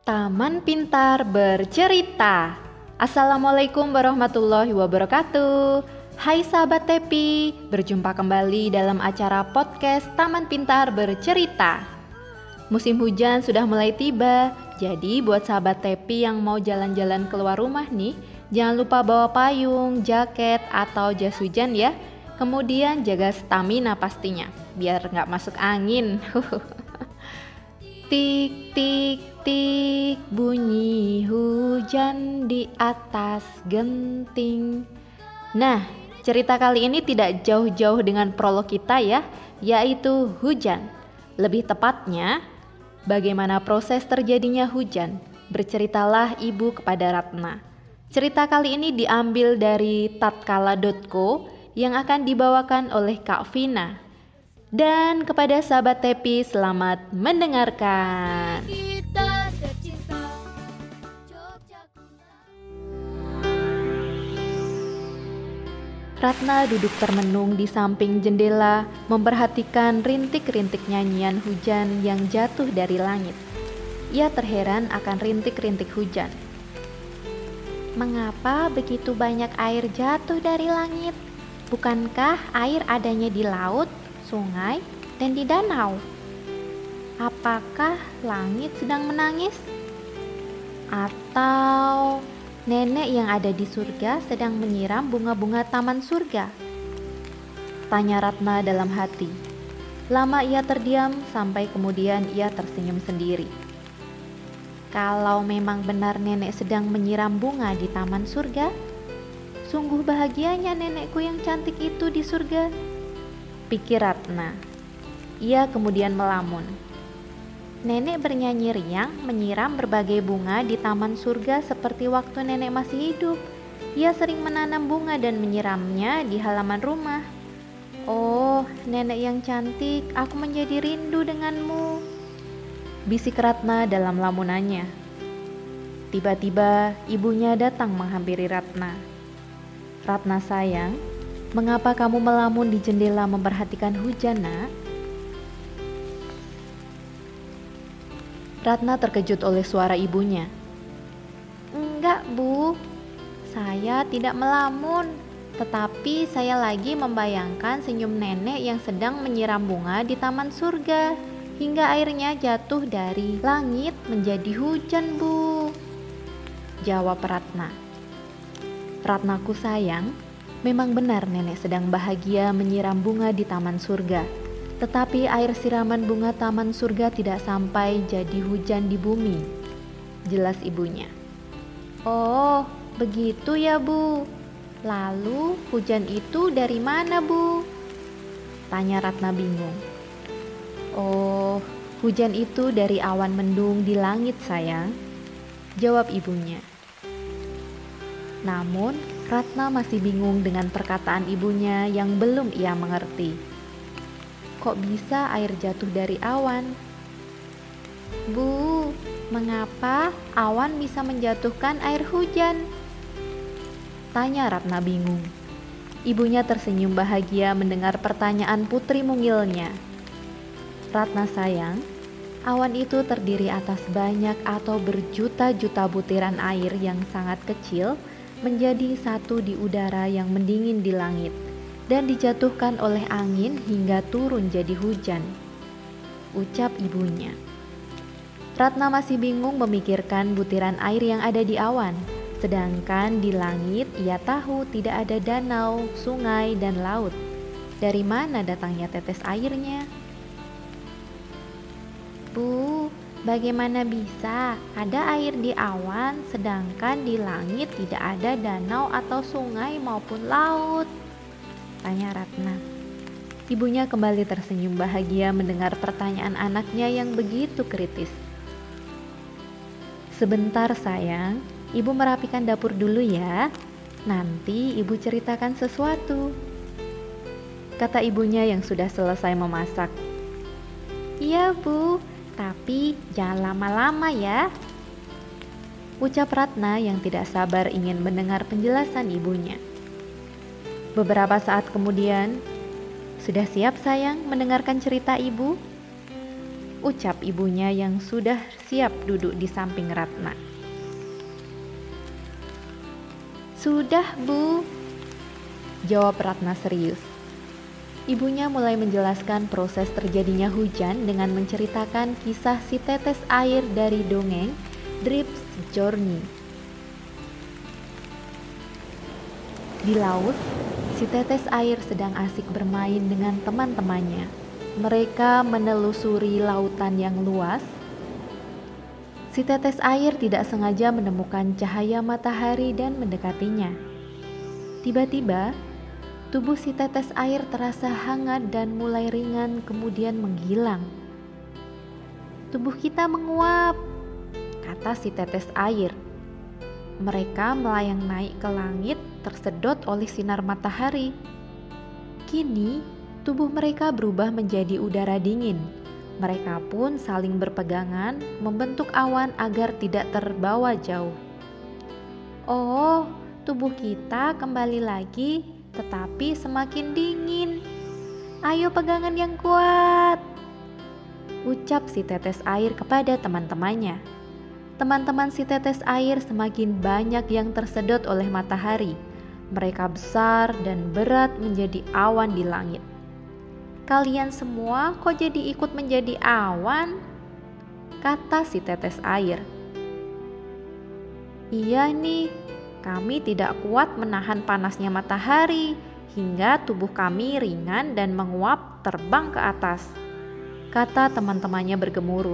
Taman Pintar Bercerita. Assalamualaikum warahmatullahi wabarakatuh. Hai sahabat Tepi, berjumpa kembali dalam acara podcast Taman Pintar Bercerita. Musim hujan sudah mulai tiba, jadi buat sahabat Tepi yang mau jalan-jalan keluar rumah nih, jangan lupa bawa payung, jaket, atau jas hujan ya. Kemudian jaga stamina pastinya, biar nggak masuk angin. Tik tik tik bunyi hujan di atas genting. Nah, cerita kali ini tidak jauh-jauh dengan prolog kita ya, yaitu hujan. Lebih tepatnya, bagaimana proses terjadinya hujan. Berceritalah ibu kepada Ratna. Cerita kali ini diambil dari tatkala.co yang akan dibawakan oleh Kak Vina. Dan kepada sahabat Tepi, selamat mendengarkan. Ratna duduk termenung di samping jendela, memperhatikan rintik-rintik nyanyian hujan yang jatuh dari langit. Ia terheran akan rintik-rintik hujan. Mengapa begitu banyak air jatuh dari langit? Bukankah air adanya di laut, sungai, dan di danau? Apakah langit sedang menangis? Atau nenek yang ada di surga sedang menyiram bunga-bunga taman surga? Tanya Ratna dalam hati. Lama ia terdiam sampai kemudian ia tersenyum sendiri. Kalau memang benar nenek sedang menyiram bunga di taman surga, sungguh bahagianya nenekku yang cantik itu di surga, pikir Ratna. Ia kemudian melamun. Nenek bernyanyi riang menyiram berbagai bunga di taman surga seperti waktu nenek masih hidup. Ia sering menanam bunga dan menyiramnya di halaman rumah. Oh, nenek yang cantik, aku menjadi rindu denganmu, bisik Ratna dalam lamunannya. Tiba-tiba ibunya datang menghampiri Ratna. Ratna sayang, mengapa kamu melamun di jendela memperhatikan hujan, nak? Ratna terkejut oleh suara ibunya. Enggak, Bu. Saya tidak melamun, tetapi saya lagi membayangkan senyum nenek yang sedang menyiram bunga di taman surga, hingga airnya jatuh dari langit menjadi hujan, Bu, jawab Ratna. Ratnaku sayang, memang benar nenek sedang bahagia menyiram bunga di taman surga. Tetapi air siraman bunga taman surga tidak sampai jadi hujan di bumi, jelas ibunya. Oh, begitu ya, Bu. Lalu hujan itu dari mana, Bu? Tanya Ratna bingung. Oh, hujan itu dari awan mendung di langit, sayang, jawab ibunya. Namun, Ratna masih bingung dengan perkataan ibunya yang belum ia mengerti. Kok bisa air jatuh dari awan? Bu, mengapa awan bisa menjatuhkan air hujan? Tanya Ratna bingung. Ibunya tersenyum bahagia mendengar pertanyaan putri mungilnya. Ratna sayang, awan itu terdiri atas banyak atau berjuta-juta butiran air yang sangat kecil menjadi satu di udara yang mendingin di langit dan dijatuhkan oleh angin hingga turun jadi hujan, ucap ibunya. Ratna masih bingung memikirkan butiran air yang ada di awan, sedangkan di langit ia tahu tidak ada danau, sungai, dan laut. Dari mana datangnya tetes airnya? Bu, bagaimana bisa ada air di awan sedangkan di langit tidak ada danau atau sungai maupun laut? Tanya Ratna. Ibunya kembali tersenyum bahagia mendengar pertanyaan anaknya yang begitu kritis. Sebentar sayang, ibu merapikan dapur dulu ya. Nanti ibu ceritakan sesuatu, kata ibunya yang sudah selesai memasak. Iya, Bu. Tapi jangan lama-lama ya, ucap Ratna yang tidak sabar ingin mendengar penjelasan ibunya. Beberapa saat kemudian, sudah siap sayang mendengarkan cerita ibu? ucap ibunya yang sudah siap duduk di samping Ratna. Sudah, Bu, jawab Ratna serius. Ibunya mulai menjelaskan proses terjadinya hujan dengan menceritakan kisah si tetes air dari dongeng Drip's Journey. Di laut, si tetes air sedang asik bermain dengan teman-temannya. Mereka menelusuri lautan yang luas. Si tetes air tidak sengaja menemukan cahaya matahari dan mendekatinya. Tiba-tiba, tubuh si tetes air terasa hangat dan mulai ringan kemudian menghilang. Tubuh kita menguap, kata si tetes air. Mereka melayang naik ke langit tersedot oleh sinar matahari. Kini, tubuh mereka berubah menjadi udara dingin. Mereka pun saling berpegangan membentuk awan agar tidak terbawa jauh. Oh, tubuh kita kembali lagi, tetapi semakin dingin. Ayo pegangan yang kuat, ucap si tetes air kepada teman-temannya. Teman-teman si tetes air semakin banyak yang tersedot oleh matahari. Mereka besar dan berat menjadi awan di langit. Kalian semua kok jadi ikut menjadi awan? Kata si tetes air. Iya nih, kami tidak kuat menahan panasnya matahari hingga tubuh kami ringan dan menguap terbang ke atas, kata teman-temannya bergemuruh.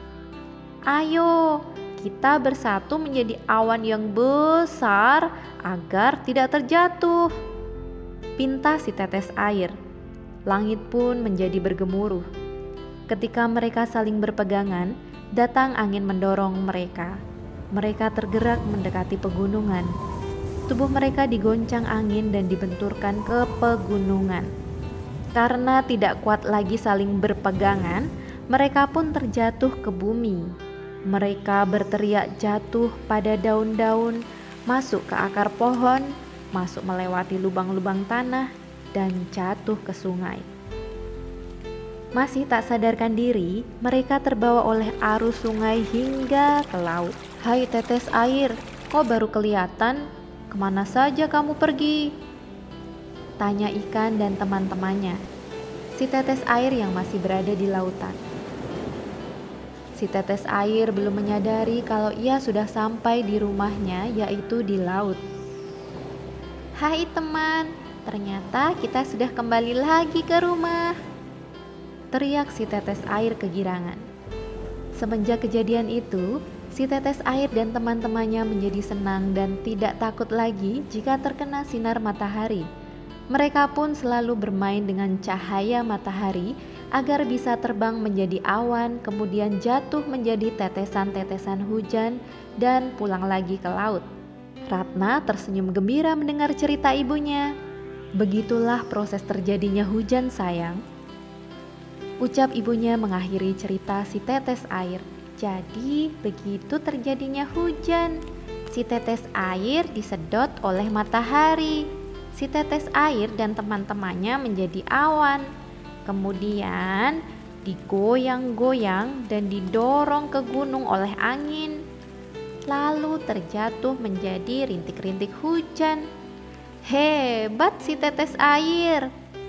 Ayo, kita bersatu menjadi awan yang besar agar tidak terjatuh, pinta si tetes air. Langit pun menjadi bergemuruh. Ketika mereka saling berpegangan, datang angin mendorong mereka. Mereka tergerak mendekati pegunungan. Tubuh mereka digoncang angin dan dibenturkan ke pegunungan. Karena tidak kuat lagi saling berpegangan, mereka pun terjatuh ke bumi. Mereka berteriak jatuh pada daun-daun, masuk ke akar pohon, masuk melewati lubang-lubang tanah, dan jatuh ke sungai. Masih tak sadarkan diri, mereka terbawa oleh arus sungai hingga ke laut. Hai tetes air, kok baru kelihatan? Kemana saja kamu pergi? Tanya ikan dan teman-temannya. Si tetes air yang masih berada di lautan. Si tetes air belum menyadari kalau ia sudah sampai di rumahnya, yaitu di laut. Hai teman, ternyata kita sudah kembali lagi ke rumah, teriak si tetes air kegirangan. Semenjak kejadian itu, si tetes air dan teman-temannya menjadi senang dan tidak takut lagi jika terkena sinar matahari. Mereka pun selalu bermain dengan cahaya matahari agar bisa terbang menjadi awan, kemudian jatuh menjadi tetesan-tetesan hujan dan pulang lagi ke laut. Ratna tersenyum gembira mendengar cerita ibunya. Begitulah proses terjadinya hujan sayang, ucap ibunya mengakhiri cerita si tetes air. Jadi begitu terjadinya hujan. Si tetes air disedot oleh matahari. Si tetes air dan teman-temannya menjadi awan. Kemudian digoyang-goyang dan didorong ke gunung oleh angin. Lalu terjatuh menjadi rintik-rintik hujan. Hebat si tetes air,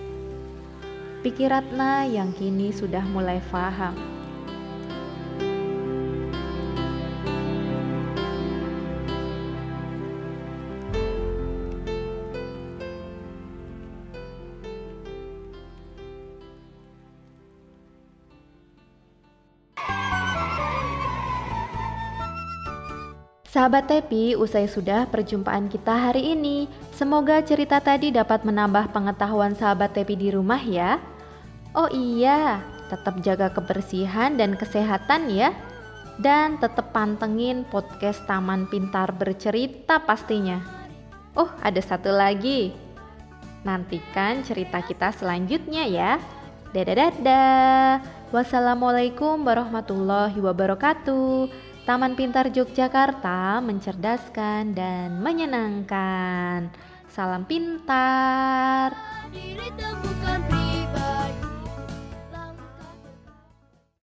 pikir Ratna yang kini sudah mulai paham. Sahabat Tepi, usai sudah perjumpaan kita hari ini. Semoga cerita tadi dapat menambah pengetahuan sahabat Tepi di rumah ya. Oh iya, tetap jaga kebersihan dan kesehatan ya. Dan tetap pantengin podcast Taman Pintar Bercerita pastinya. Oh, ada satu lagi. Nantikan cerita kita selanjutnya ya. Dadah. Wassalamualaikum warahmatullahi wabarakatuh. Taman Pintar Yogyakarta, mencerdaskan dan menyenangkan. Salam pintar.